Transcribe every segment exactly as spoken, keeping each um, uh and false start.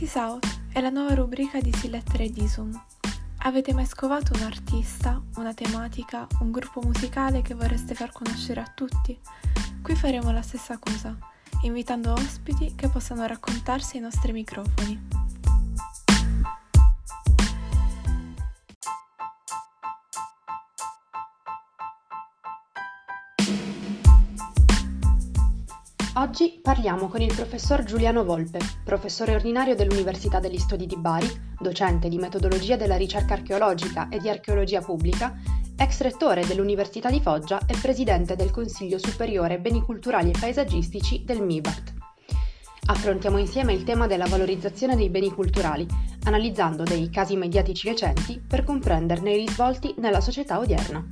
Check This Out è la nuova rubrica di Sillettere di Isum. Avete mai scovato un artista, una tematica, un gruppo musicale che vorreste far conoscere a tutti? Qui faremo la stessa cosa, invitando ospiti che possano raccontarsi ai nostri microfoni. Oggi parliamo con il professor Giuliano Volpe, professore ordinario dell'Università degli Studi di Bari, docente di metodologia della ricerca archeologica e di archeologia pubblica, ex rettore dell'Università di Foggia e presidente del Consiglio Superiore Beni Culturali e Paesaggistici del MIBACT. Affrontiamo insieme il tema della valorizzazione dei beni culturali, analizzando dei casi mediatici recenti per comprenderne i risvolti nella società odierna.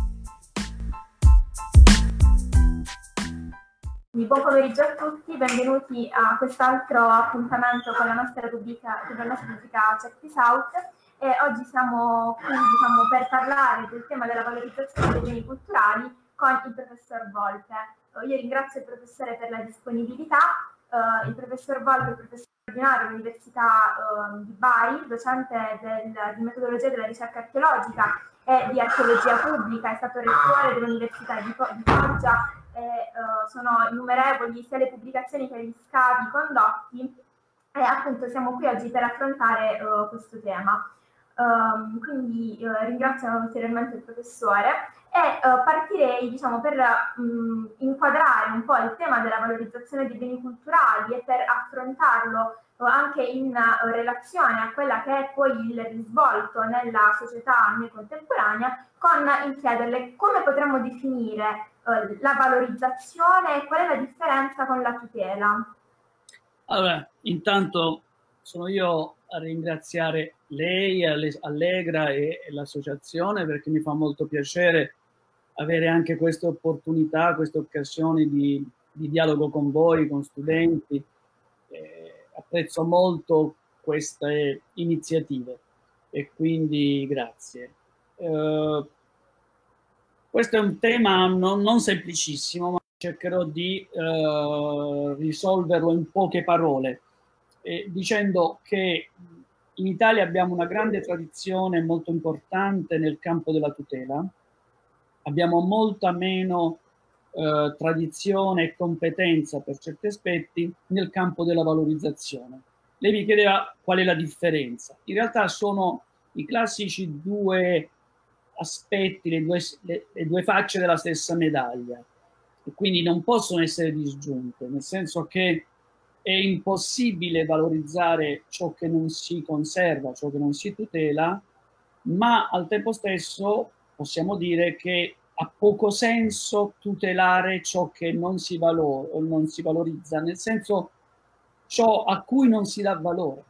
Buon pomeriggio a tutti, benvenuti a quest'altro appuntamento con la nostra rubrica, con la nostra rubrica Check This Out. E oggi siamo qui diciamo, per parlare del tema della valorizzazione dei beni culturali con il professor Volpe. Io ringrazio il professore per la disponibilità. Uh, il professor Volpe è il professore ordinario dell'Università uh, di Bari, docente del, di metodologia della ricerca archeologica e di archeologia pubblica, è stato rettore dell'Università di, di Foggia. E, uh, sono innumerevoli sia le pubblicazioni che gli scavi condotti e appunto siamo qui oggi per affrontare uh, questo tema. Um, quindi uh, ringrazio ulteriormente il professore e uh, partirei diciamo per um, inquadrare un po' il tema della valorizzazione dei beni culturali e per affrontarlo uh, anche in uh, relazione a quella che è poi il risvolto nella società contemporanea, con il chiederle come potremmo definire uh, la valorizzazione e qual è la differenza con la tutela. Allora, intanto sono io a ringraziare lei, Allegra e l'associazione, perché mi fa molto piacere avere anche questa opportunità, questa occasione di, di dialogo con voi, con studenti. Eh, apprezzo molto queste iniziative e quindi grazie. Eh, questo è un tema non, non semplicissimo, ma cercherò di eh, risolverlo in poche parole, eh, dicendo che in Italia abbiamo una grande tradizione molto importante nel campo della tutela, abbiamo molta meno eh, tradizione e competenza per certi aspetti nel campo della valorizzazione. Lei mi chiedeva qual è la differenza. In realtà sono i classici due aspetti, le due, le, le due facce della stessa medaglia, e quindi non possono essere disgiunte, nel senso che è impossibile valorizzare ciò che non si conserva, ciò che non si tutela, ma al tempo stesso possiamo dire che ha poco senso tutelare ciò che non si, valor- non si valorizza, nel senso ciò a cui non si dà valore.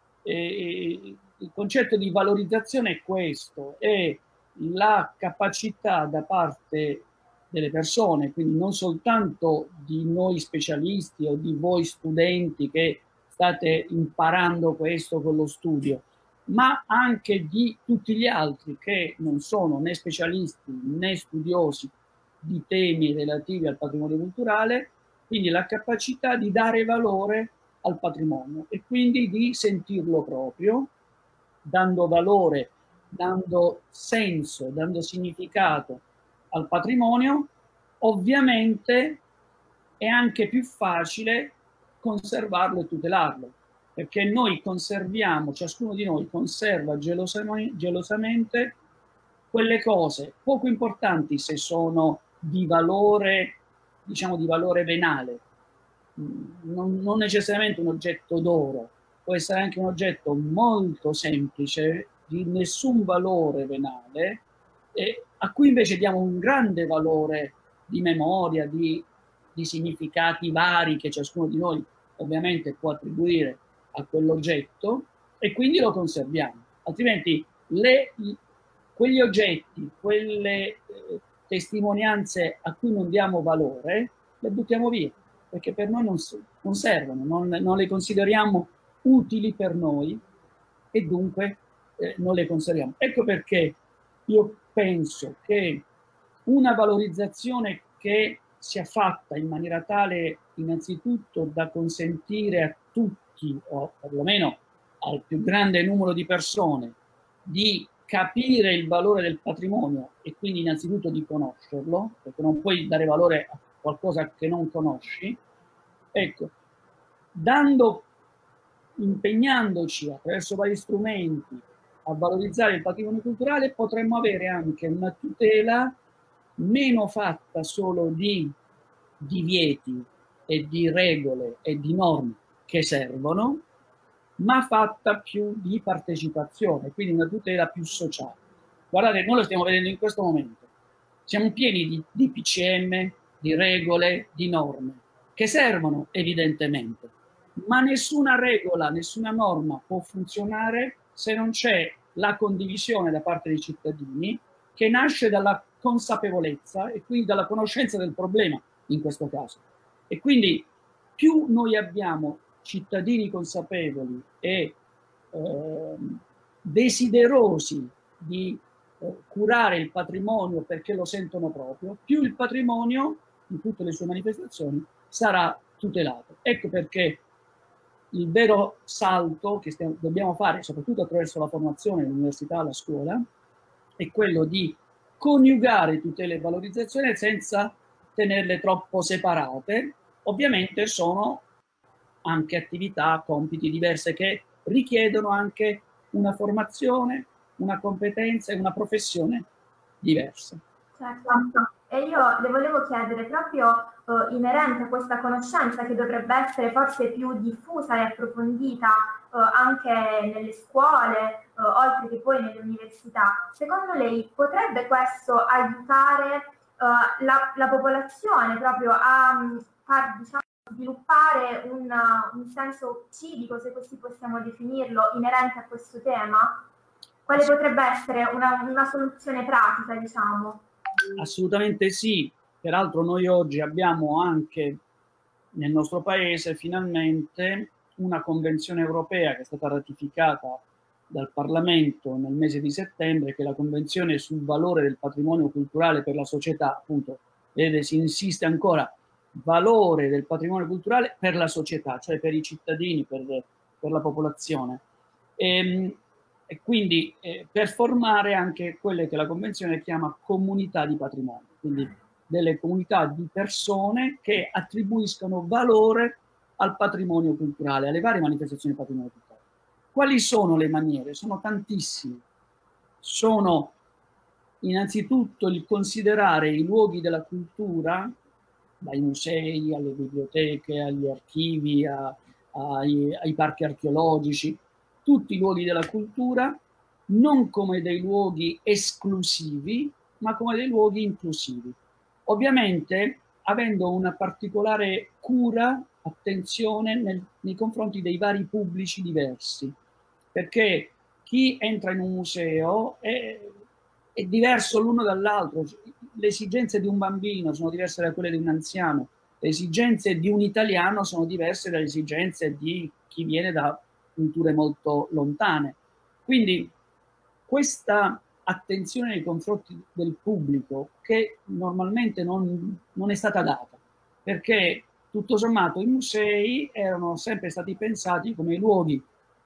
E il concetto di valorizzazione è questo, è la capacità da parte delle persone, quindi non soltanto di noi specialisti o di voi studenti che state imparando questo con lo studio, ma anche di tutti gli altri che non sono né specialisti né studiosi di temi relativi al patrimonio culturale, quindi la capacità di dare valore al patrimonio e quindi di sentirlo proprio, dando valore, dando senso, dando significato al patrimonio. Ovviamente è anche più facile conservarlo e tutelarlo, perché noi conserviamo, ciascuno di noi conserva gelosamente, gelosamente quelle cose poco importanti se sono di valore, diciamo di valore venale, non, non necessariamente un oggetto d'oro, può essere anche un oggetto molto semplice, di nessun valore venale, e a cui invece diamo un grande valore di memoria, di, di significati vari che ciascuno di noi ovviamente può attribuire a quell'oggetto, e quindi lo conserviamo. Altrimenti le, quegli oggetti, quelle eh, testimonianze a cui non diamo valore, le buttiamo via, perché per noi non, non servono, non, non le consideriamo utili per noi e dunque eh, non le conserviamo. Ecco perché io penso che una valorizzazione che sia fatta in maniera tale innanzitutto da consentire a tutti tutti, o perlomeno al più grande numero di persone, di capire il valore del patrimonio e quindi innanzitutto di conoscerlo, perché non puoi dare valore a qualcosa che non conosci, ecco, dando, impegnandoci attraverso vari strumenti a valorizzare il patrimonio culturale, potremmo avere anche una tutela meno fatta solo di divieti e di regole e di norme che servono, ma fatta più di partecipazione, quindi una tutela più sociale. Guardate, noi lo stiamo vedendo in questo momento. Siamo pieni di, di P C M, di regole, di norme, che servono evidentemente, ma nessuna regola, nessuna norma può funzionare se non c'è la condivisione da parte dei cittadini, che nasce dalla consapevolezza e quindi dalla conoscenza del problema in questo caso. E quindi più noi abbiamo cittadini consapevoli e eh, desiderosi di eh, curare il patrimonio perché lo sentono proprio, più il patrimonio in tutte le sue manifestazioni sarà tutelato. Ecco perché il vero salto che stiamo, dobbiamo fare, soprattutto attraverso la formazione, l'università, la scuola, è quello di coniugare tutela e valorizzazione senza tenerle troppo separate. Ovviamente sono anche attività, compiti diverse che richiedono anche una formazione, una competenza e una professione diversa. Certo. E io le volevo chiedere proprio eh, inerente a questa conoscenza che dovrebbe essere forse più diffusa e approfondita eh, anche nelle scuole, eh, oltre che poi nelle università. Secondo lei potrebbe questo aiutare eh, la, la popolazione proprio a um, far, diciamo, sviluppare un, un senso civico, se così possiamo definirlo, inerente a questo tema? Quale potrebbe essere una, una soluzione pratica, diciamo? Assolutamente sì. Peraltro noi oggi abbiamo anche nel nostro paese finalmente una convenzione europea che è stata ratificata dal Parlamento nel mese di settembre, che è la Convenzione sul valore del patrimonio culturale per la società. Appunto, vedete, si insiste ancora, valore del patrimonio culturale per la società, cioè per i cittadini, per, per la popolazione. E, e quindi eh, per formare anche quelle che la Convenzione chiama comunità di patrimonio, quindi delle comunità di persone che attribuiscono valore al patrimonio culturale, alle varie manifestazioni del patrimonio culturale. Quali sono le maniere? Sono tantissime. Sono innanzitutto il considerare i luoghi della cultura, dai musei alle biblioteche, agli archivi, a, ai, ai parchi archeologici, tutti i luoghi della cultura non come dei luoghi esclusivi, ma come dei luoghi inclusivi. Ovviamente avendo una particolare cura, attenzione nel, nei confronti dei vari pubblici diversi, perché chi entra in un museo è, è diverso l'uno dall'altro. Le esigenze di un bambino sono diverse da quelle di un anziano, le esigenze di un italiano sono diverse dalle esigenze di chi viene da culture molto lontane. Quindi questa attenzione nei confronti del pubblico, che normalmente non, non è stata data, perché tutto sommato i musei erano sempre stati pensati come luoghi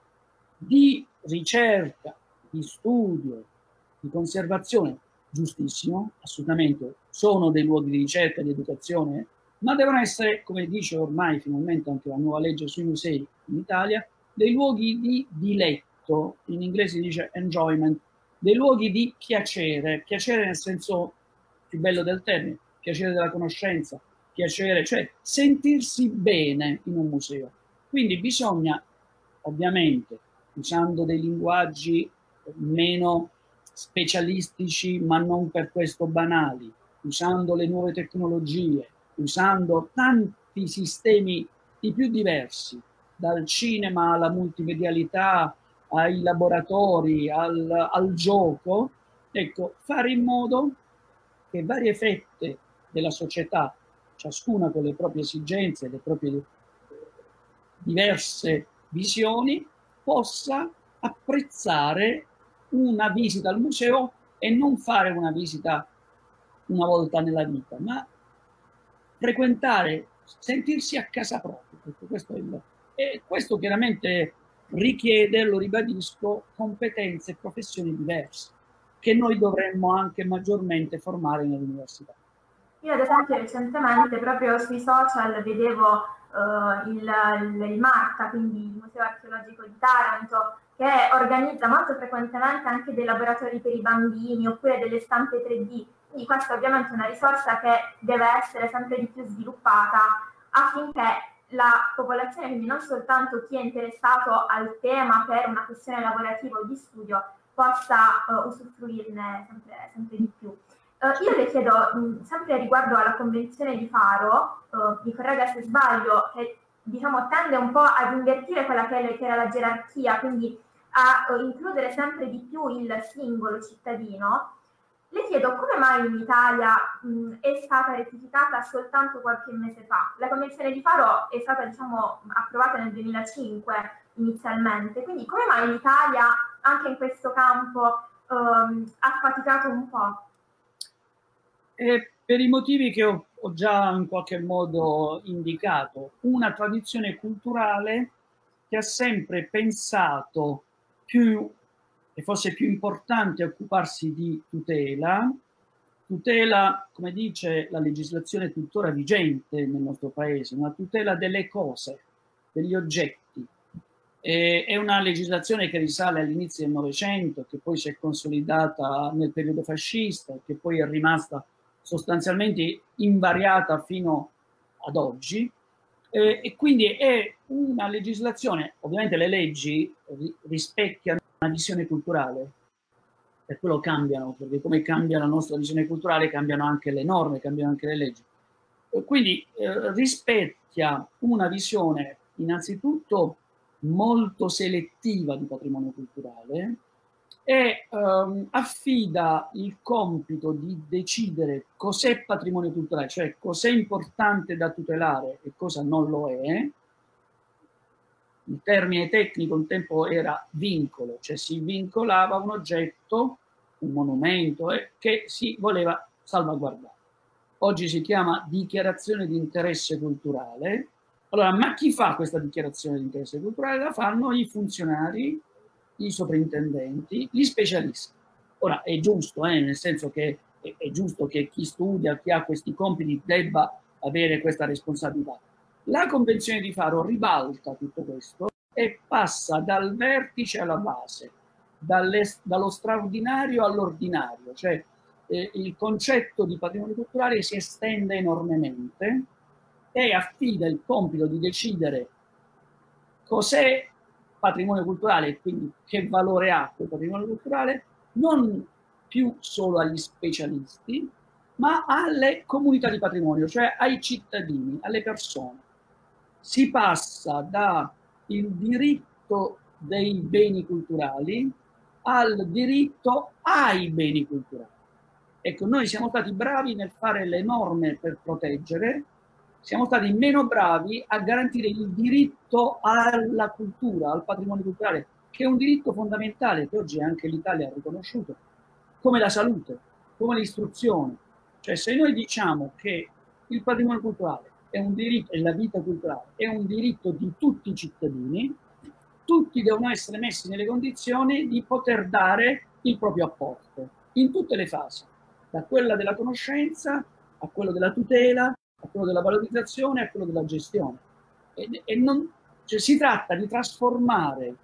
di ricerca, di studio, di conservazione, giustissimo, assolutamente, sono dei luoghi di ricerca e di educazione, ma devono essere, come dice ormai finalmente anche la nuova legge sui musei in Italia, dei luoghi di diletto, in inglese si dice enjoyment, dei luoghi di piacere, piacere nel senso più bello del termine, piacere della conoscenza, piacere, cioè sentirsi bene in un museo. Quindi bisogna, ovviamente, usando dei linguaggi meno specialistici, ma non per questo banali, usando le nuove tecnologie, usando tanti sistemi i più diversi, dal cinema alla multimedialità, ai laboratori, al, al gioco, ecco, fare in modo che varie fette della società, ciascuna con le proprie esigenze, le proprie diverse visioni, possa apprezzare una visita al museo e non fare una visita una volta nella vita, ma frequentare, sentirsi a casa propria. Questo è il, E questo chiaramente richiede, lo ribadisco, competenze e professioni diverse, che noi dovremmo anche maggiormente formare nell'università. Io ad esempio recentemente proprio sui social vedevo uh, il, il, il MARTA, quindi il Museo Archeologico di Taranto, che organizza molto frequentemente anche dei laboratori per i bambini oppure delle stampe tre D. Quindi questa ovviamente è una risorsa che deve essere sempre di più sviluppata affinché la popolazione, quindi non soltanto chi è interessato al tema per una questione lavorativa o di studio, possa uh, usufruirne sempre, sempre di più. Uh, io le chiedo, mh, sempre riguardo alla Convenzione di Faro, uh, mi corregga se sbaglio, che diciamo tende un po' ad invertire quella che, è, che era la gerarchia, quindi a uh, includere sempre di più il singolo cittadino. Le chiedo come mai in Italia mh, è stata rettificata soltanto qualche mese fa. La Convenzione di Faro è stata, diciamo, approvata nel duemilacinque inizialmente, quindi come mai l'Italia anche in questo campo um, ha faticato un po'? E per i motivi che ho, ho già in qualche modo indicato, una tradizione culturale che ha sempre pensato più che fosse più importante occuparsi di tutela, tutela, come dice la legislazione tuttora vigente nel nostro paese, una tutela delle cose, degli oggetti. E, è una legislazione che risale all'inizio del Novecento, che poi si è consolidata nel periodo fascista, che poi è rimasta sostanzialmente invariata fino ad oggi. Eh, e quindi è una legislazione, ovviamente le leggi rispecchiano una visione culturale, per quello cambiano, perché come cambia la nostra visione culturale cambiano anche le norme, cambiano anche le leggi. E quindi eh, rispecchia una visione innanzitutto molto selettiva di patrimonio culturale e ehm, affida il compito di decidere cos'è patrimonio culturale, cioè cos'è importante da tutelare e cosa non lo è. Il termine tecnico un tempo era vincolo, cioè si vincolava un oggetto, un monumento, eh, che si voleva salvaguardare. Oggi si chiama dichiarazione di interesse culturale. Allora, ma chi fa questa dichiarazione di interesse culturale? La fanno i funzionari, i sovrintendenti, gli specialisti. Ora, è giusto, eh, nel senso che è, è giusto che chi studia, chi ha questi compiti debba avere questa responsabilità. La Convenzione di Faro ribalta tutto questo e passa dal vertice alla base, dallo straordinario all'ordinario, cioè eh, il concetto di patrimonio culturale si estende enormemente e affida il compito di decidere cos'è patrimonio culturale e quindi che valore ha quel patrimonio culturale, non più solo agli specialisti, ma alle comunità di patrimonio, cioè ai cittadini, alle persone. Si passa dal diritto dei beni culturali al diritto ai beni culturali. Ecco, noi siamo stati bravi nel fare le norme per proteggere, siamo stati meno bravi a garantire il diritto alla cultura, al patrimonio culturale, che è un diritto fondamentale che oggi anche l'Italia ha riconosciuto, come la salute, come l'istruzione. Cioè, se noi diciamo che il patrimonio culturale è un diritto, e la vita culturale è un diritto di tutti i cittadini, tutti devono essere messi nelle condizioni di poter dare il proprio apporto, in tutte le fasi, da quella della conoscenza a quello della tutela, a quello della valorizzazione, a quello della gestione. E, e non, cioè, si tratta di trasformare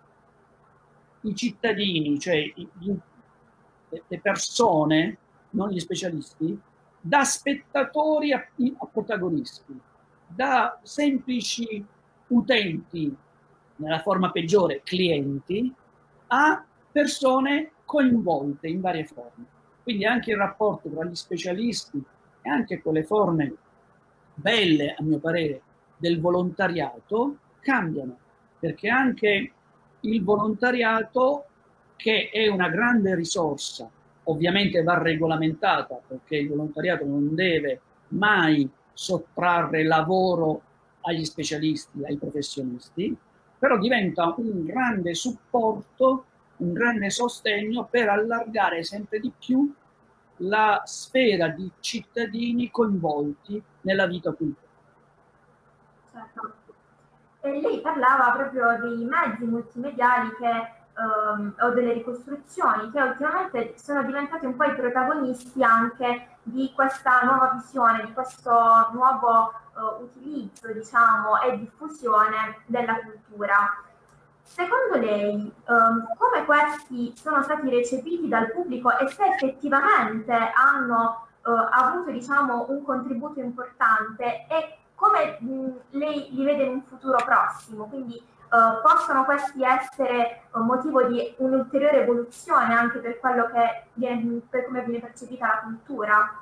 i cittadini, cioè i, i, le persone, non gli specialisti, da spettatori a, a protagonisti, da semplici utenti, nella forma peggiore clienti, a persone coinvolte in varie forme. Quindi anche il rapporto tra gli specialisti e anche quelle forme belle, a mio parere, del volontariato cambiano, perché anche il volontariato, che è una grande risorsa, ovviamente va regolamentata, perché il volontariato non deve mai sottrarre lavoro agli specialisti, ai professionisti, però diventa un grande supporto, un grande sostegno per allargare sempre di più la sfera di cittadini coinvolti nella vita culturale. Certo. e lei parlava proprio dei mezzi multimediali che Um, o delle ricostruzioni che ultimamente sono diventati un po' i protagonisti anche di questa nuova visione, di questo nuovo uh, utilizzo, diciamo, e diffusione della cultura. Secondo lei, um, come questi sono stati recepiti dal pubblico e se effettivamente hanno uh, avuto, diciamo, un contributo importante e come mh, lei li vede in un futuro prossimo? Quindi Uh, possono questi essere un motivo di un'ulteriore evoluzione anche per quello che viene, per come viene percepita la cultura?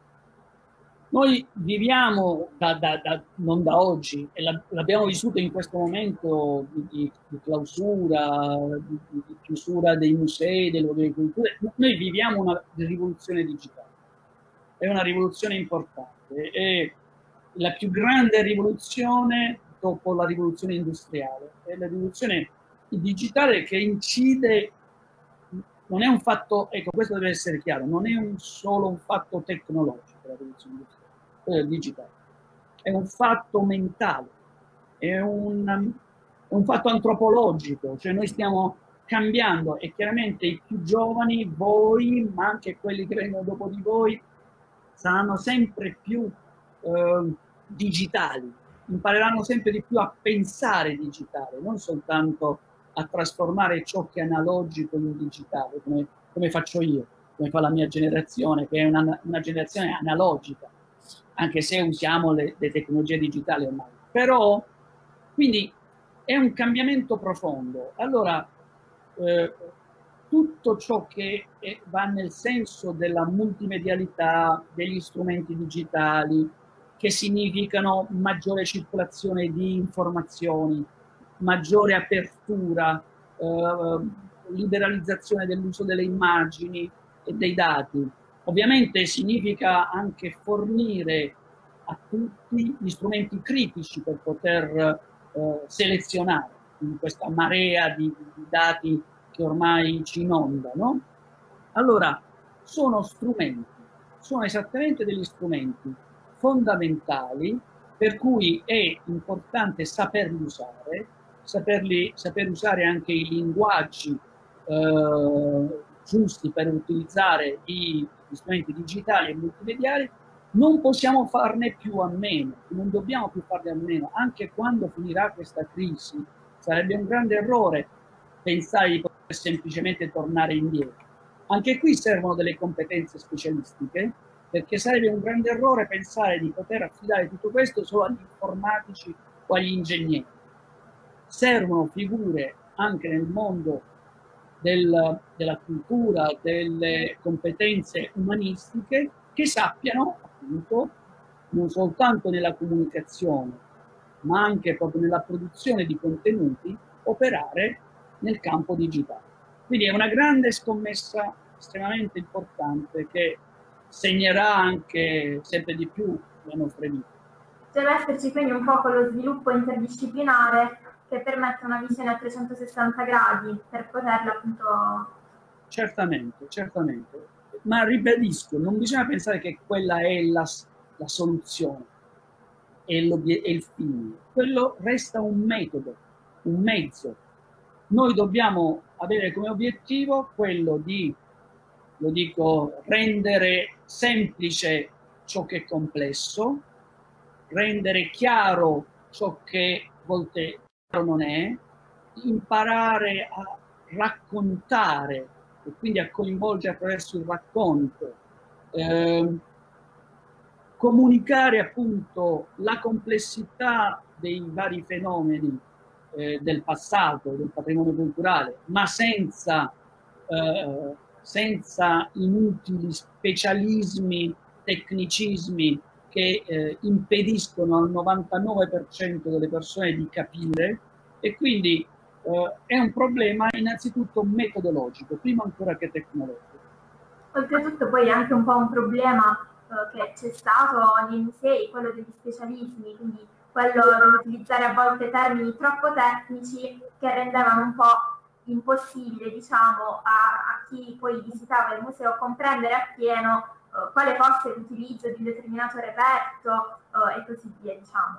Noi viviamo da, da, da, non da oggi, e l'abbiamo vissuto in questo momento di, di, di clausura, di, di chiusura dei musei, delle luoghi di cultura. Noi viviamo una rivoluzione digitale, è una rivoluzione importante, è la più grande rivoluzione dopo la rivoluzione industriale, è la rivoluzione digitale che incide, non è un fatto, ecco questo deve essere chiaro, non è un solo un fatto tecnologico la rivoluzione industriale, quella digitale, è un fatto mentale, è un, è un fatto antropologico, cioè noi stiamo cambiando e chiaramente i più giovani, voi, ma anche quelli che vengono dopo di voi, saranno sempre più eh, digitali, impareranno sempre di più a pensare digitale, non soltanto a trasformare ciò che è analogico in digitale, come, come faccio io, come fa la mia generazione, che è una, una generazione analogica, anche se usiamo le, le tecnologie digitali ormai. Però, quindi, è un cambiamento profondo. Allora, eh, tutto ciò che è, va nel senso della multimedialità, degli strumenti digitali, che significano maggiore circolazione di informazioni, maggiore apertura, eh, liberalizzazione dell'uso delle immagini e dei dati. Ovviamente significa anche fornire a tutti gli strumenti critici per poter eh, selezionare in questa marea di, di dati che ormai ci inondano. Allora, sono strumenti, sono esattamente degli strumenti fondamentali per cui è importante saperli usare, saperli, saper usare anche i linguaggi eh, giusti per utilizzare i, gli strumenti digitali e multimediali. Non possiamo farne più a meno, non dobbiamo più farne a meno, anche quando finirà questa crisi. Sarebbe un grande errore pensare di poter semplicemente tornare indietro. Anche qui servono delle competenze specialistiche, perché sarebbe un grande errore pensare di poter affidare tutto questo solo agli informatici o agli ingegneri. Servono figure anche nel mondo del, della cultura, delle competenze umanistiche, che sappiano, appunto, non soltanto nella comunicazione, ma anche proprio nella produzione di contenuti, operare nel campo digitale. Quindi è una grande scommessa estremamente importante che segnerà anche sempre di più le nostre vite. Deve esserci quindi un po' quello sviluppo interdisciplinare che permette una visione a trecentosessanta gradi per poterla appunto... Certamente, certamente. Ma ribadisco, non bisogna pensare che quella è la, la soluzione, è, è il fine. Quello resta un metodo, un mezzo. Noi dobbiamo avere come obiettivo quello di, lo dico, rendere semplice ciò che è complesso, rendere chiaro ciò che a volte non è, imparare a raccontare e quindi a coinvolgere attraverso il racconto, eh, comunicare appunto la complessità dei vari fenomeni eh, del passato, del patrimonio culturale, ma senza, eh, senza inutili specialismi, tecnicismi che eh, impediscono al novantanove per cento delle persone di capire, e quindi eh, è un problema innanzitutto metodologico, prima ancora che tecnologico. Oltretutto poi è anche un po' un problema eh, che c'è stato nei musei, quello degli specialismi, quindi quello di utilizzare a volte termini troppo tecnici che rendevano un po' impossibile, diciamo, a, a chi poi visitava il museo comprendere appieno uh, quale fosse l'utilizzo di un determinato reperto uh, e così via, diciamo.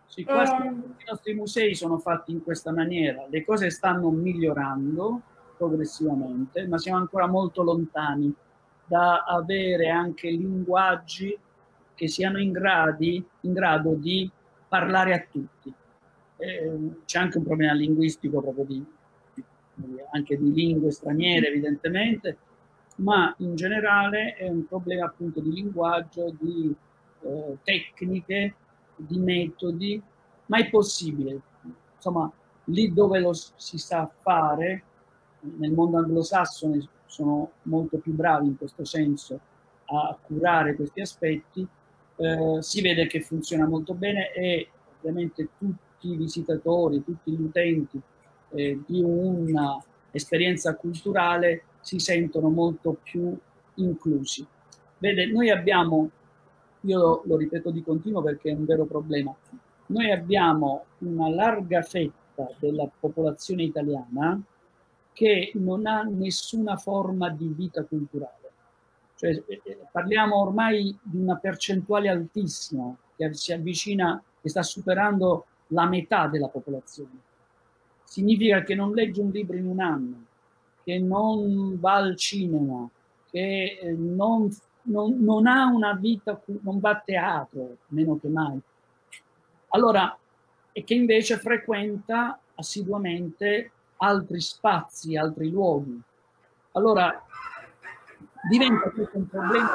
Sì, quasi eh, i nostri musei sono fatti in questa maniera, le cose stanno migliorando progressivamente, ma siamo ancora molto lontani da avere anche linguaggi che siano in, gradi, in grado di parlare a tutti. Eh, c'è anche un problema linguistico proprio di, di, anche di lingue straniere evidentemente, ma in generale è un problema appunto di linguaggio, di eh, tecniche, di metodi, ma è possibile. Insomma, lì dove lo si sa fare, nel mondo anglosassone sono molto più bravi in questo senso a curare questi aspetti, eh, si vede che funziona molto bene e ovviamente tutti i visitatori, tutti gli utenti eh, di un'esperienza culturale si sentono molto più inclusi. Vede, noi abbiamo, io lo ripeto di continuo perché è un vero problema, noi abbiamo una larga fetta della popolazione italiana che non ha nessuna forma di vita culturale. Cioè, parliamo ormai di una percentuale altissima che si avvicina e sta superando la metà della popolazione. Significa che non legge un libro in un anno, che non va al cinema, che non, non, non ha una vita, non va a teatro, meno che mai. Allora, e che invece frequenta assiduamente altri spazi, altri luoghi. Allora, diventa questo un problema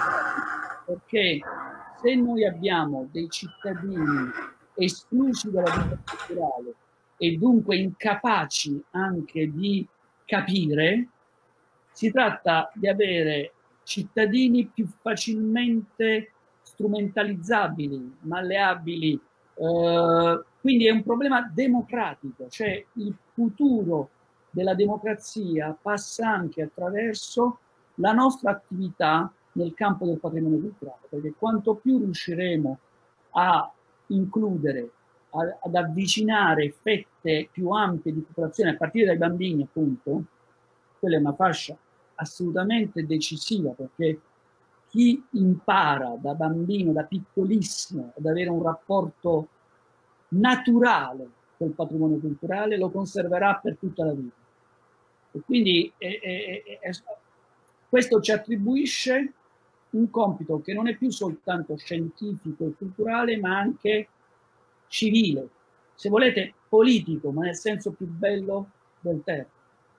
perché se noi abbiamo dei cittadini esclusi dalla vita culturale e dunque incapaci anche di capire, si tratta di avere cittadini più facilmente strumentalizzabili, malleabili, eh, quindi è un problema democratico, cioè il futuro della democrazia passa anche attraverso la nostra attività nel campo del patrimonio culturale, perché quanto più riusciremo a includere, a, ad avvicinare fette più ampie di popolazione, a partire dai bambini appunto, quella è una fascia assolutamente decisiva, perché chi impara da bambino, da piccolissimo, ad avere un rapporto naturale col patrimonio culturale, lo conserverà per tutta la vita. E quindi è, è, è, questo ci attribuisce un compito che non è più soltanto scientifico e culturale, ma anche civile, se volete politico, ma nel senso più bello del termine.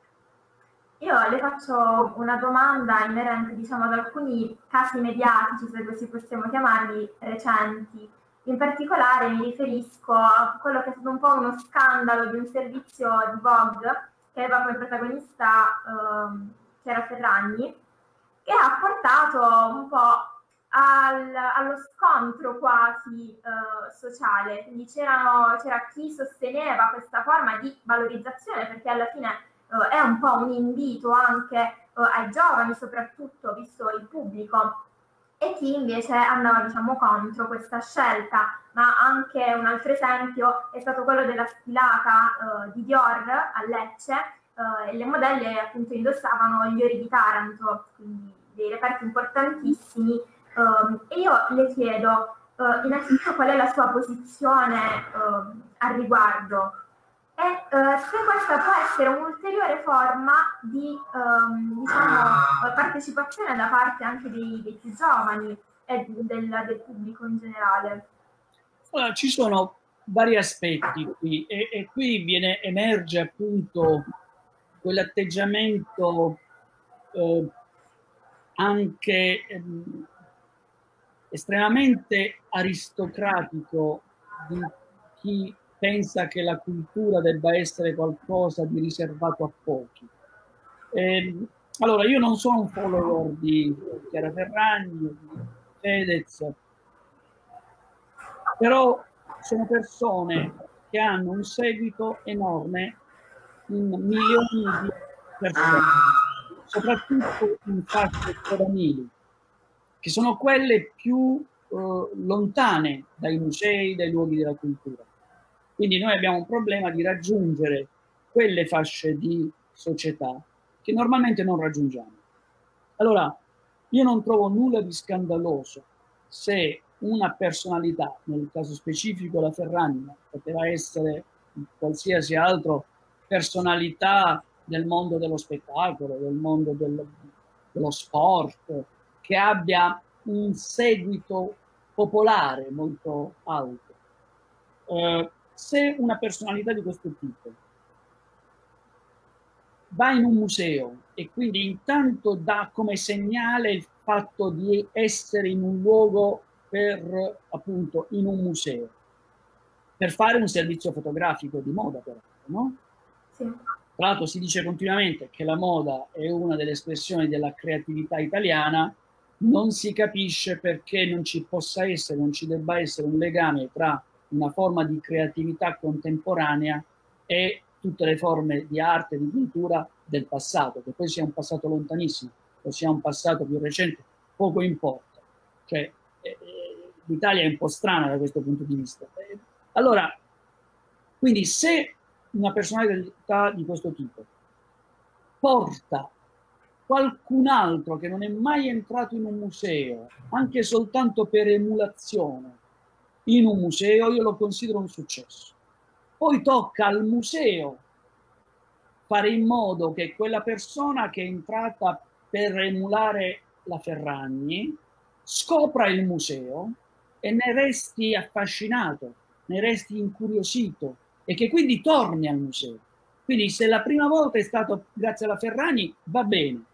Io le faccio una domanda inerente, diciamo, ad alcuni casi mediatici, se così possiamo chiamarli, recenti. In particolare mi riferisco a quello che è stato un po' uno scandalo di un servizio di Vogue che aveva come protagonista ehm, Chiara Ferragni, che ha portato un po' al, allo scontro quasi eh, sociale. Quindi c'era chi sosteneva questa forma di valorizzazione, perché alla fine eh, è un po' un invito anche eh, ai giovani, soprattutto visto il pubblico, e chi invece andava, diciamo, contro questa scelta. Ma anche un altro esempio è stato quello della sfilata eh, di Dior a Lecce, eh, e le modelle appunto indossavano gli ori di Taranto, quindi dei reperti importantissimi. Um, e io le chiedo uh, innanzitutto qual è la sua posizione uh, al riguardo e uh, se questa può essere un'ulteriore forma di um, diciamo, partecipazione da parte anche dei, dei più giovani e del, del pubblico in generale. Allora, ci sono vari aspetti qui e, e qui viene, emerge appunto quell'atteggiamento eh, anche ehm, estremamente aristocratico di chi pensa che la cultura debba essere qualcosa di riservato a pochi. Eh, allora, io non sono un follower di Chiara Ferragni, di Fedez, però sono persone che hanno un seguito enorme in milioni di persone, soprattutto in fasce giovanili, che sono quelle più eh, lontane dai musei, dai luoghi della cultura. Quindi noi abbiamo un problema di raggiungere quelle fasce di società che normalmente non raggiungiamo. Allora, io non trovo nulla di scandaloso se una personalità, nel caso specifico la Ferragni, poteva essere qualsiasi altra personalità del mondo dello spettacolo, del mondo del, dello sport, che abbia un seguito popolare molto alto. Eh, se una personalità di questo tipo va in un museo e quindi intanto dà come segnale il fatto di essere in un luogo per, appunto, in un museo, per fare un servizio fotografico di moda, peraltro, no? Sì. Tra l'altro si dice continuamente che la moda è una delle espressioni della creatività italiana, non si capisce perché non ci possa essere, non ci debba essere un legame tra una forma di creatività contemporanea e tutte le forme di arte e di cultura del passato, che poi sia un passato lontanissimo o sia un passato più recente, poco importa. Cioè, eh, l'Italia è un po' strana da questo punto di vista. Eh, allora, quindi se una personalità di questo tipo porta qualcun altro che non è mai entrato in un museo, anche soltanto per emulazione, in un museo, io lo considero un successo. Poi tocca al museo fare in modo che quella persona che è entrata per emulare la Ferragni scopra il museo e ne resti affascinato, ne resti incuriosito e che quindi torni al museo. Quindi se la prima volta è stato grazie alla Ferragni, va bene.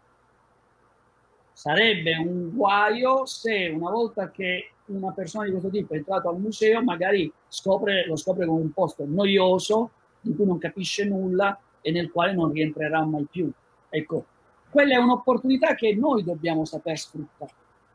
Sarebbe un guaio se una volta che una persona di questo tipo è entrata al museo, magari scopre, lo scopre come un posto noioso, di cui non capisce nulla e nel quale non rientrerà mai più. Ecco, quella è un'opportunità che noi dobbiamo saper sfruttare.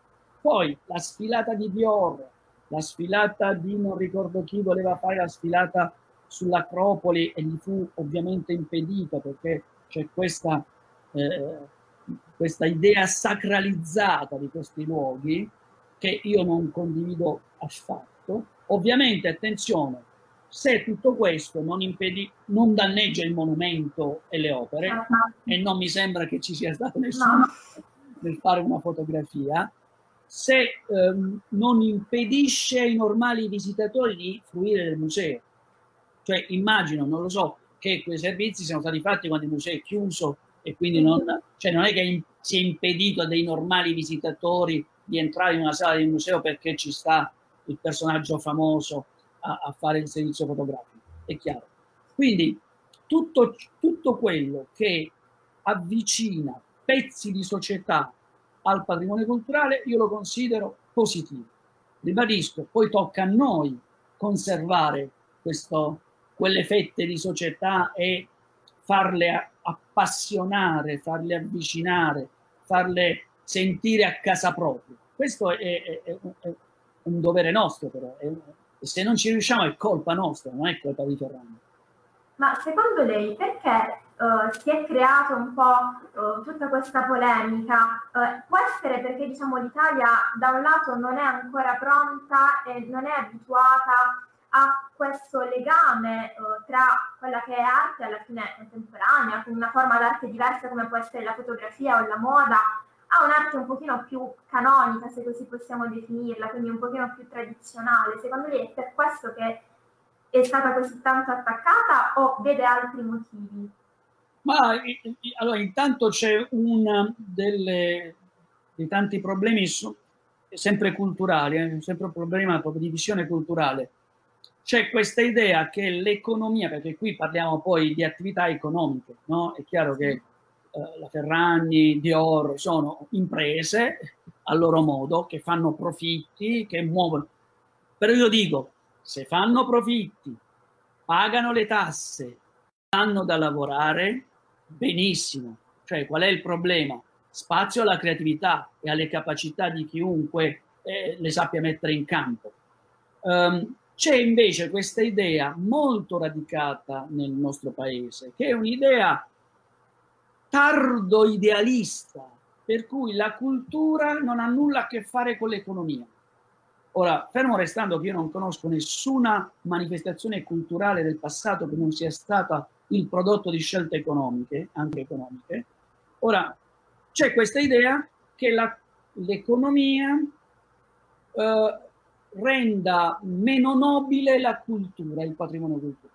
Poi la sfilata di Dior, la sfilata di non ricordo chi voleva fare la sfilata sull'Acropoli e gli fu ovviamente impedita perché c'è questa, eh, questa idea sacralizzata di questi luoghi che io non condivido affatto. Ovviamente, attenzione, se tutto questo non, impedi, non danneggia il monumento e le opere, no. e non mi sembra che ci sia stato nessuno no. nel fare una fotografia, se ehm, non impedisce ai normali visitatori di fruire del museo. Cioè immagino, non lo so, che quei servizi siano stati fatti quando il museo è chiuso e quindi non, cioè non è che si è impedito a dei normali visitatori di entrare in una sala di un museo perché ci sta il personaggio famoso a, a fare il servizio fotografico, è chiaro. Quindi tutto, tutto quello che avvicina pezzi di società al patrimonio culturale io lo considero positivo. Ribadisco, poi tocca a noi conservare questo, quelle fette di società e farle appassionare, farle avvicinare, farle sentire a casa propria. Questo è, è, è, è un dovere nostro, però. È, e se non ci riusciamo è colpa nostra, non è colpa di Ferragni. Ma secondo lei perché uh, si è creato un po' uh, tutta questa polemica? Uh, può essere perché diciamo l'Italia da un lato non è ancora pronta e non è abituata a questo legame uh, tra quella che è arte alla fine contemporanea, con una forma d'arte diversa come può essere la fotografia o la moda, a un'arte un pochino più canonica, se così possiamo definirla, quindi un pochino più tradizionale. Secondo lei è per questo che è stata così tanto attaccata o vede altri motivi? Ma allora intanto c'è uno dei tanti problemi sempre culturali, eh, sempre un problema proprio di visione culturale. C'è questa idea che l'economia, perché qui parliamo poi di attività economiche, no? È chiaro che eh, la Ferragni, Dior sono imprese a loro modo, che fanno profitti, che muovono. Però io dico, se fanno profitti, pagano le tasse, hanno da lavorare, benissimo. Cioè, qual è il problema? Spazio alla creatività e alle capacità di chiunque eh, le sappia mettere in campo. Um, c'è invece questa idea molto radicata nel nostro paese, che è un'idea tardo idealista, per cui la cultura non ha nulla a che fare con l'economia. Ora, fermo restando che io non conosco nessuna manifestazione culturale del passato che non sia stata il prodotto di scelte economiche, anche economiche, ora c'è questa idea che l'economia eh, renda meno nobile la cultura, il patrimonio culturale.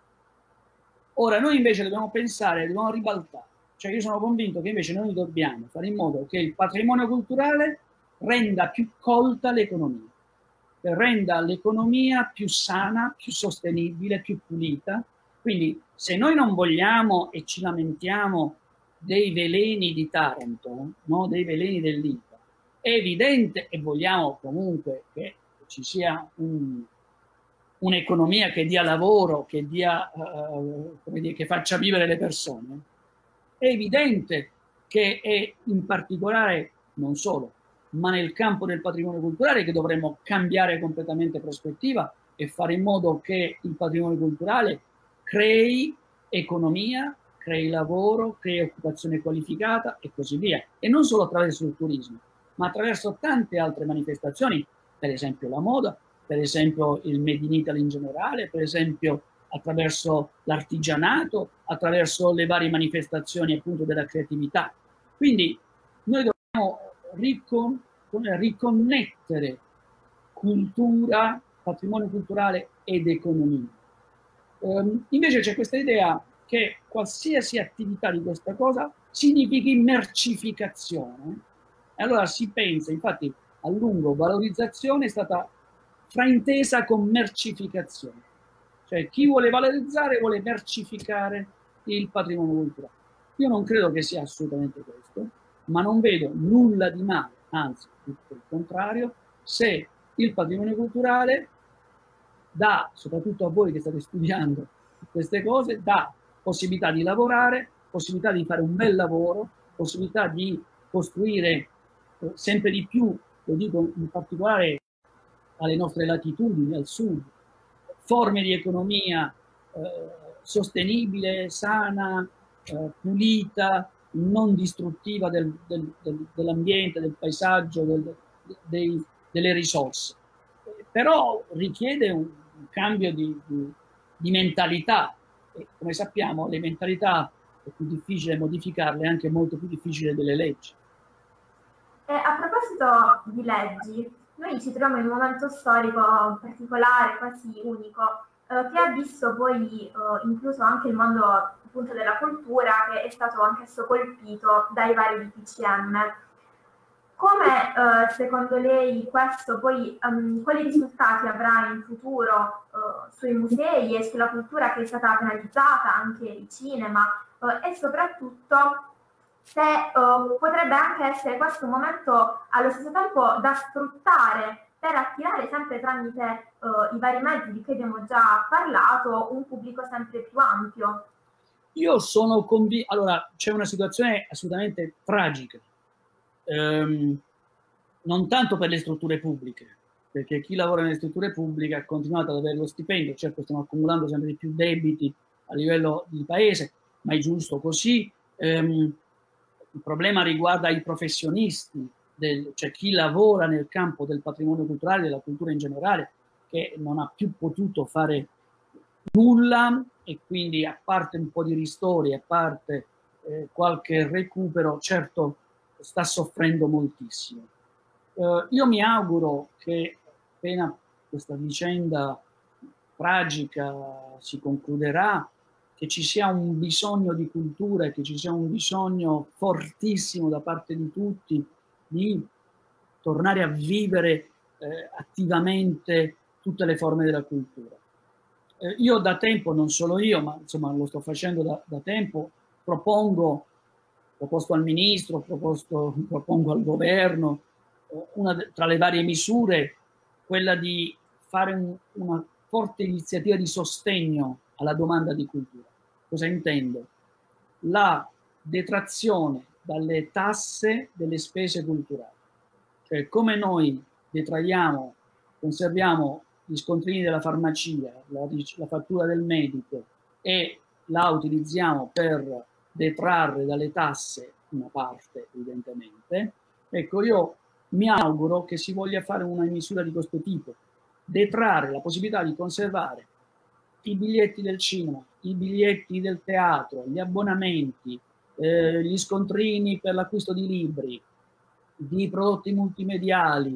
Ora, noi invece dobbiamo pensare, dobbiamo ribaltare. Cioè io sono convinto che invece noi dobbiamo fare in modo che il patrimonio culturale renda più colta l'economia, che renda l'economia più sana, più sostenibile, più pulita. Quindi se noi non vogliamo e ci lamentiamo dei veleni di Taranto, no? Dei veleni dell'Ilva, è evidente, e vogliamo comunque che ci sia un, un'economia che dia lavoro, che, dia, uh, come dire, che faccia vivere le persone, è evidente che è in particolare, non solo, ma nel campo del patrimonio culturale che dovremmo cambiare completamente prospettiva e fare in modo che il patrimonio culturale crei economia, crei lavoro, crei occupazione qualificata e così via. E non solo attraverso il turismo, ma attraverso tante altre manifestazioni, per esempio la moda, per esempio il Made in Italy in generale, per esempio attraverso l'artigianato, attraverso le varie manifestazioni appunto della creatività. Quindi noi dobbiamo ricon- riconnettere cultura, patrimonio culturale ed economia. Um, invece c'è questa idea che qualsiasi attività di questa cosa significhi mercificazione. E allora si pensa, infatti a lungo valorizzazione è stata fraintesa con mercificazione. Cioè chi vuole valorizzare vuole mercificare il patrimonio culturale. Io non credo che sia assolutamente questo, ma non vedo nulla di male, anzi tutto il contrario, se il patrimonio culturale dà, soprattutto a voi che state studiando queste cose, dà possibilità di lavorare, possibilità di fare un bel lavoro, possibilità di costruire eh, sempre di più, lo dico in particolare alle nostre latitudini, al sud, forme di economia eh, sostenibile, sana, eh, pulita, non distruttiva del, del, del, dell'ambiente, del paesaggio, del, dei, delle risorse. Però richiede un, un cambio di, di, di mentalità. E come sappiamo, le mentalità è più difficile modificarle, è anche molto più difficile delle leggi. E a proposito di leggi, noi ci troviamo in un momento storico particolare, quasi unico, eh, che ha visto poi eh, incluso anche il mondo appunto della cultura, che è stato anch'esso colpito dai vari D P C M. Come eh, secondo lei questo poi, um, quali risultati avrà in futuro uh, sui musei e sulla cultura che è stata penalizzata, anche il cinema, uh, e soprattutto se uh, potrebbe anche essere questo un momento allo stesso tempo da sfruttare per attirare sempre tramite uh, i vari mezzi di cui abbiamo già parlato un pubblico sempre più ampio. Io sono convinto, allora c'è una situazione assolutamente tragica. Um, non tanto per le strutture pubbliche, perché chi lavora nelle strutture pubbliche ha continuato ad avere lo stipendio, certo stiamo accumulando sempre di più debiti a livello di paese, ma è giusto così. Um, il problema riguarda i professionisti, del, cioè chi lavora nel campo del patrimonio culturale, della cultura in generale, che non ha più potuto fare nulla e quindi a parte un po' di ristori, a parte eh, qualche recupero, certo sta soffrendo moltissimo. Uh, io mi auguro che appena questa vicenda tragica si concluderà, che ci sia un bisogno di cultura e che ci sia un bisogno fortissimo da parte di tutti di tornare a vivere eh, attivamente tutte le forme della cultura. Eh, io da tempo, non solo io, ma insomma lo sto facendo da, da tempo, propongo proposto al ministro, proposto, propongo al governo, una tra le varie misure, quella di fare un, una forte iniziativa di sostegno alla domanda di cultura. Cosa intendo? La detrazione dalle tasse delle spese culturali. Cioè come noi detraiamo, conserviamo gli scontrini della farmacia, la, la fattura del medico e la utilizziamo per detrarre dalle tasse una parte, evidentemente. Ecco, io mi auguro che si voglia fare una misura di questo tipo, detrarre la possibilità di conservare i biglietti del cinema, i biglietti del teatro, gli abbonamenti, eh, gli scontrini per l'acquisto di libri, di prodotti multimediali,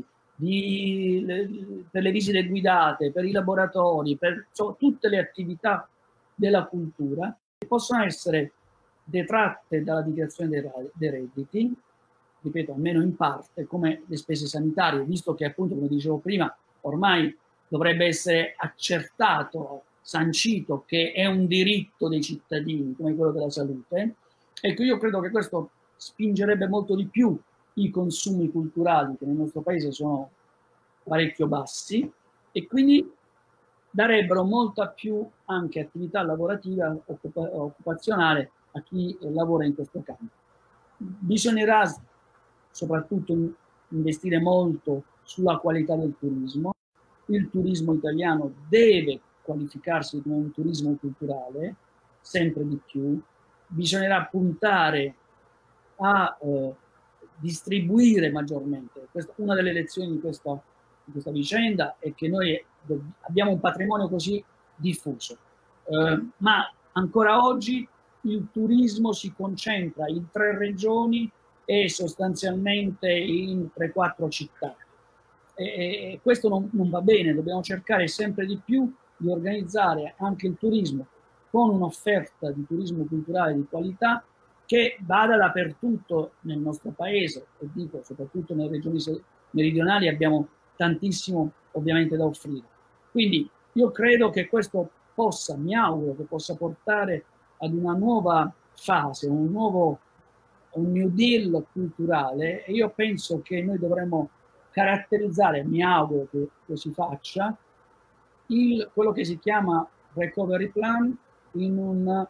di, le, per le visite guidate, per i laboratori, per so, tutte le attività della cultura che possono essere detratte dalla dichiarazione dei, dei redditi, ripeto, almeno in parte, come le spese sanitarie, visto che appunto, come dicevo prima, ormai dovrebbe essere accertato, sancito che è un diritto dei cittadini, come quello della salute. Ecco, io credo che questo spingerebbe molto di più i consumi culturali, che nel nostro paese sono parecchio bassi, e quindi darebbero molta più anche attività lavorativa, occupa occupazionale a chi lavora in questo campo. Bisognerà soprattutto investire molto sulla qualità del turismo. Il turismo italiano deve qualificarsi come un turismo culturale, sempre di più. Bisognerà puntare a eh, distribuire maggiormente. Questa, una delle lezioni di questa, di questa vicenda è che noi abbiamo un patrimonio così diffuso, eh, ma ancora oggi il turismo si concentra in tre regioni e sostanzialmente in tre quattro città. E, e questo non, non va bene, dobbiamo cercare sempre di più di organizzare anche il turismo con un'offerta di turismo culturale di qualità che vada dappertutto nel nostro paese, e dico soprattutto nelle regioni meridionali abbiamo tantissimo ovviamente da offrire. Quindi io credo che questo possa, mi auguro che possa portare ad una nuova fase, un nuovo un New Deal culturale, e io penso che noi dovremmo caratterizzare, mi auguro che lo si faccia, il, quello che si chiama recovery plan in un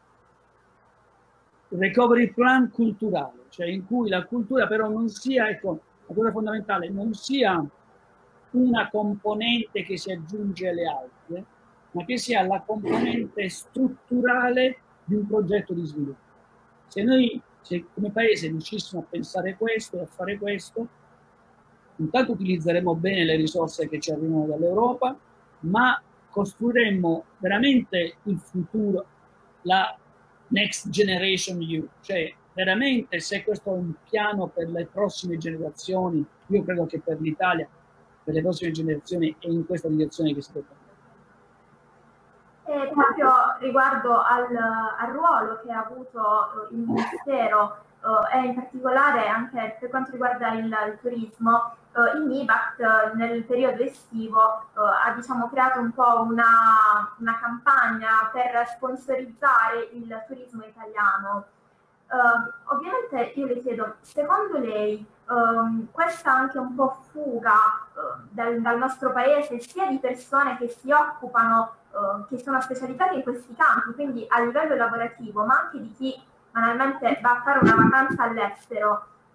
recovery plan culturale, cioè in cui la cultura però non sia, ecco, la cosa fondamentale, non sia una componente che si aggiunge alle altre, ma che sia la componente strutturale di un progetto di sviluppo. Se noi se come paese riuscissimo a pensare questo e a fare questo, intanto utilizzeremo bene le risorse che ci arrivano dall'Europa, ma costruiremmo veramente il futuro, la next generation you, cioè veramente se questo è un piano per le prossime generazioni, io credo che per l'Italia, per le prossime generazioni è in questa direzione che si deve andare. E proprio riguardo al, al ruolo che ha avuto il Ministero eh, e in particolare anche per quanto riguarda il, il turismo, eh, il MIBACT eh, nel periodo estivo eh, ha diciamo, creato un po' una, una campagna per sponsorizzare il turismo italiano. Uh, ovviamente io le chiedo, secondo lei um, questa anche un po' fuga uh, dal, dal nostro paese sia di persone che si occupano, uh, che sono specializzate in questi campi, quindi a livello lavorativo, ma anche di chi banalmente va a fare una vacanza all'estero,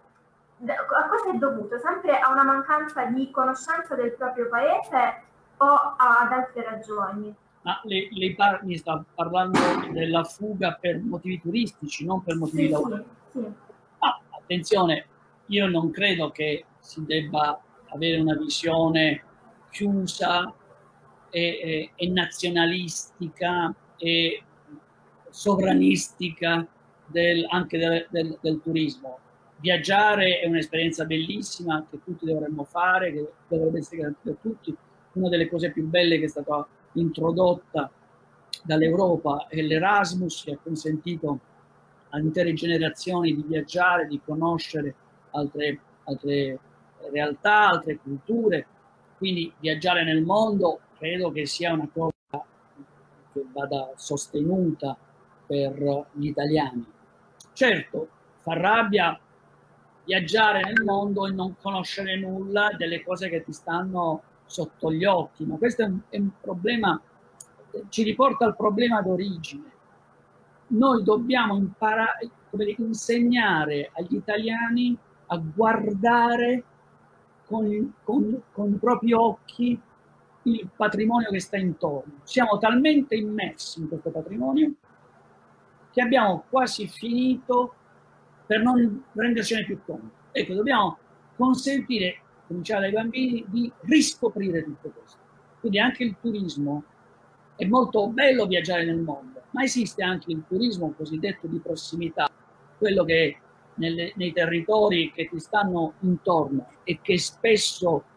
a cosa è dovuto? Sempre a una mancanza di conoscenza del proprio paese o ad altre ragioni? Ma lei, lei par mi sta parlando della fuga per motivi turistici, non per motivi sì, lavorativi. Sì, sì. Ah, attenzione, io non credo che si debba avere una visione chiusa e, e, e nazionalistica e sovranistica del, anche del, del, del turismo. Viaggiare è un'esperienza bellissima che tutti dovremmo fare, che dovrebbe essere garantita a tutti. Una delle cose più belle che è stata introdotta dall'Europa è l'Erasmus, che ha consentito a intere generazioni di viaggiare, di conoscere altre, altre realtà, altre culture. Quindi viaggiare nel mondo credo che sia una cosa che vada sostenuta per gli italiani. Certo, fa rabbia viaggiare nel mondo e non conoscere nulla delle cose che ti stanno sotto gli occhi, ma questo è un, è un problema, ci riporta al problema d'origine. Noi dobbiamo imparare, come dire, insegnare agli italiani a guardare con, con, con i propri occhi il patrimonio che sta intorno. Siamo talmente immersi in questo patrimonio che abbiamo quasi finito per non rendercene più conto. Ecco, dobbiamo consentire, cominciare dai bambini, di riscoprire tutto questo. Quindi anche il turismo, è molto bello viaggiare nel mondo, ma esiste anche il turismo cosiddetto di prossimità, quello che nelle, nei territori che ti stanno intorno e che spesso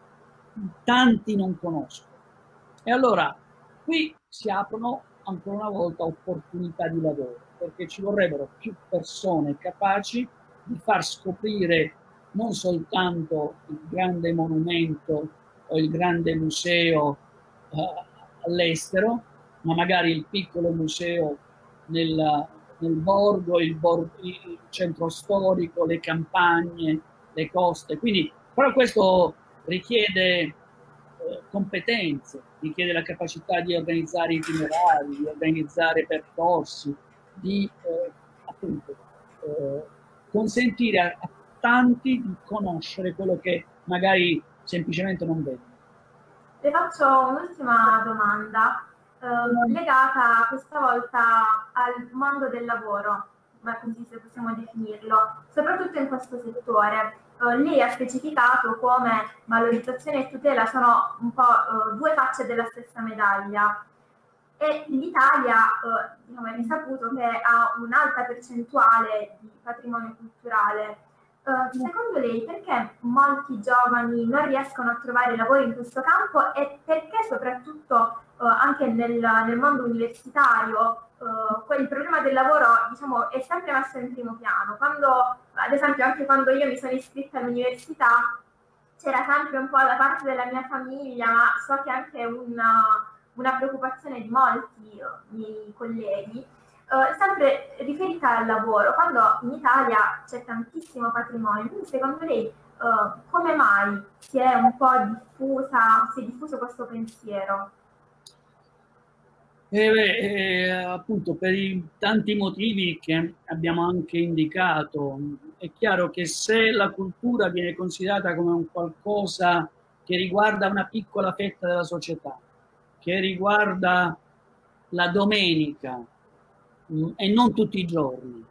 tanti non conoscono. E allora qui si aprono ancora una volta opportunità di lavoro, perché ci vorrebbero più persone capaci di far scoprire non soltanto il grande monumento o il grande museo eh, all'estero, ma magari il piccolo museo nel, nel borgo, il, borgo, il centro storico, le campagne, le coste. Quindi, però questo richiede eh, competenze, richiede la capacità di organizzare itinerari, di organizzare percorsi, di eh, appunto eh, consentire a, a tanti di conoscere quello che magari semplicemente non vedono. Le faccio un'ultima domanda eh, legata questa volta al mondo del lavoro, ma così se possiamo definirlo, soprattutto in questo settore. Uh, lei ha specificato come valorizzazione e tutela sono un po' uh, due facce della stessa medaglia, e l'Italia uh, diciamo, è risaputo che ha un'alta percentuale di patrimonio culturale. Uh, secondo lei perché molti giovani non riescono a trovare lavoro in questo campo, e perché soprattutto uh, anche nel, nel mondo universitario uh, il problema del lavoro, diciamo, è sempre messo in primo piano? Quando, ad esempio, anche quando io mi sono iscritta all'università c'era sempre un po' da parte della mia famiglia, ma so che anche una, una preoccupazione di molti uh, miei colleghi, Uh, sempre riferita al lavoro, quando in Italia c'è tantissimo patrimonio. Quindi secondo lei uh, come mai si è un po' diffusa, si è diffuso questo pensiero? Eh beh, eh, appunto per i tanti motivi che abbiamo anche indicato. È chiaro che se la cultura viene considerata come un qualcosa che riguarda una piccola fetta della società, che riguarda la domenica, e non tutti i giorni,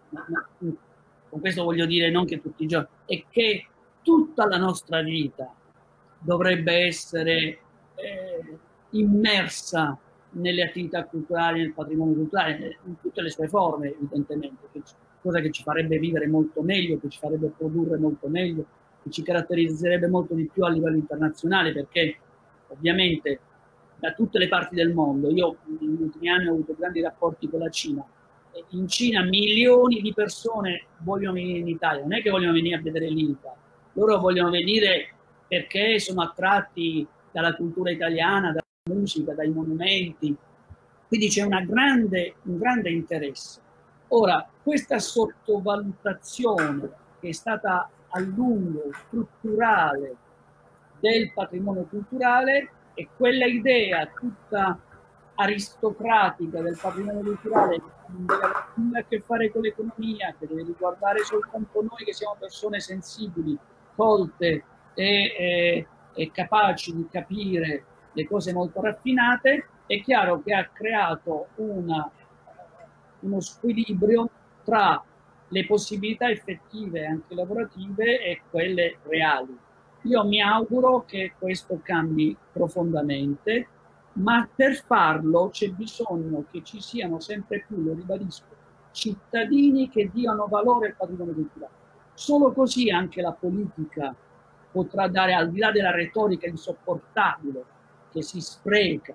con questo voglio dire non che tutti i giorni, è che tutta la nostra vita dovrebbe essere eh, immersa nelle attività culturali, nel patrimonio culturale, in tutte le sue forme, evidentemente, cosa che ci farebbe vivere molto meglio, che ci farebbe produrre molto meglio, che ci caratterizzerebbe molto di più a livello internazionale, perché ovviamente da tutte le parti del mondo, io negli ultimi anni ho avuto grandi rapporti con la Cina. In Cina milioni di persone vogliono venire in Italia, non è che vogliono venire a vedere l'Inca, loro vogliono venire perché sono attratti dalla cultura italiana, dalla musica, dai monumenti, quindi c'è una grande, un grande interesse. Ora, questa sottovalutazione che è stata a lungo strutturale del patrimonio culturale e quella idea tutta aristocratica del patrimonio culturale che non deve avere nulla a che fare con l'economia, che deve riguardare soltanto noi che siamo persone sensibili, colte e, e, e capaci di capire le cose molto raffinate, è chiaro che ha creato una, uno squilibrio tra le possibilità effettive anche lavorative e quelle reali. Io mi auguro che questo cambi profondamente, ma per farlo c'è bisogno che ci siano sempre più, lo ribadisco, cittadini che diano valore al patrimonio culturale. Solo così anche la politica potrà dare, al di là della retorica insopportabile che si spreca,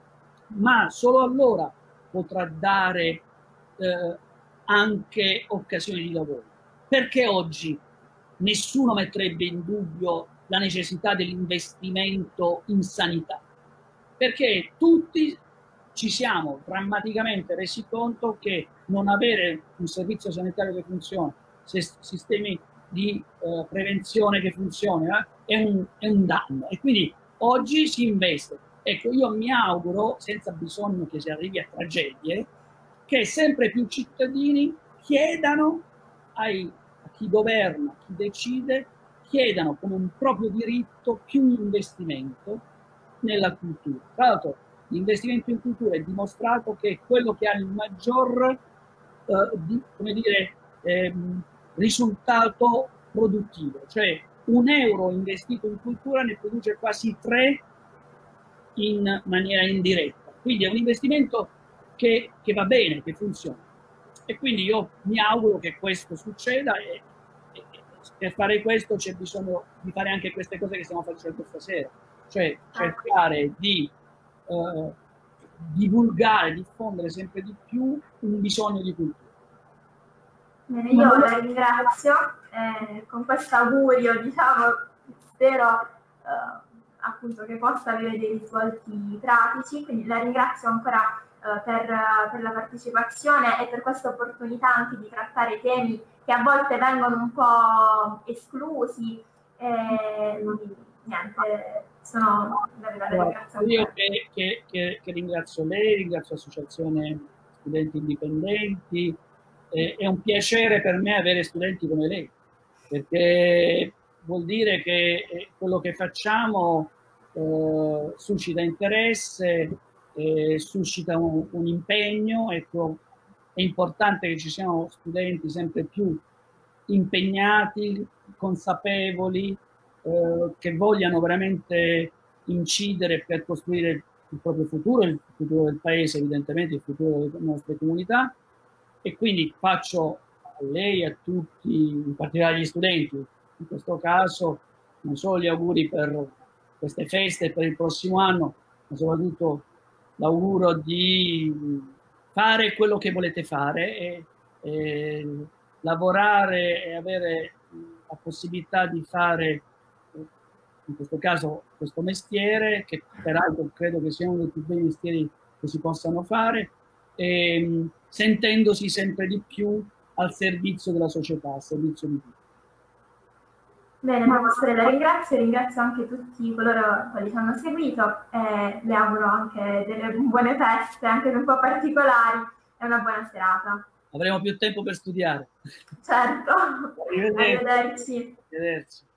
ma solo allora potrà dare eh, anche occasioni di lavoro. Perché oggi nessuno metterebbe in dubbio la necessità dell'investimento in sanità? Perché tutti ci siamo drammaticamente resi conto che non avere un servizio sanitario che funziona, sistemi di eh, prevenzione che funzionano, eh, è, un, è un danno. E quindi oggi si investe. Ecco, io mi auguro, senza bisogno che si arrivi a tragedie, che sempre più cittadini chiedano ai, a chi governa, a chi decide, chiedano come un proprio diritto più investimento nella cultura. Tra l'altro l'investimento in cultura è dimostrato che è quello che ha il maggior eh, di, come dire, ehm, risultato produttivo, cioè un euro investito in cultura ne produce quasi tre in maniera indiretta, quindi è un investimento che, che va bene, che funziona, e quindi io mi auguro che questo succeda, e, e per fare questo c'è bisogno di fare anche queste cose che stiamo facendo stasera, cioè cercare di eh, divulgare, diffondere sempre di più un bisogno di cultura. Bene, io la ringrazio, eh, con questo augurio, diciamo, spero eh, appunto che possa avere dei risvolti pratici, quindi la ringrazio ancora eh, per, per la partecipazione e per questa opportunità anche di trattare temi che a volte vengono un po' esclusi. E, niente, sono davvero ringrazio. Io che, che, che, che ringrazio lei, ringrazio l'Associazione Studenti Indipendenti. Eh, è un piacere per me avere studenti come lei, perché vuol dire che quello che facciamo eh, suscita interesse, eh, suscita un, un impegno. Ecco, è importante che ci siano studenti sempre più impegnati, consapevoli, eh, che vogliano veramente incidere per costruire il proprio futuro, il futuro del paese, evidentemente il futuro delle nostre comunità. E quindi faccio a lei e a tutti, in particolare agli studenti, in questo caso, non solo gli auguri per queste feste per il prossimo anno, ma soprattutto l'auguro di fare quello che volete fare e, e lavorare e avere la possibilità di fare, in questo caso, questo mestiere, che peraltro credo che sia uno dei più bei mestieri che si possano fare, e, sentendosi sempre di più al servizio della società, al servizio di tutti. Bene, professore, la ringrazio, ringrazio anche tutti coloro che ci hanno seguito e le auguro anche delle buone feste, anche se un po' particolari, e una buona serata. Avremo più tempo per studiare. Certo, Arrivederci. arrivederci. Arrivederci.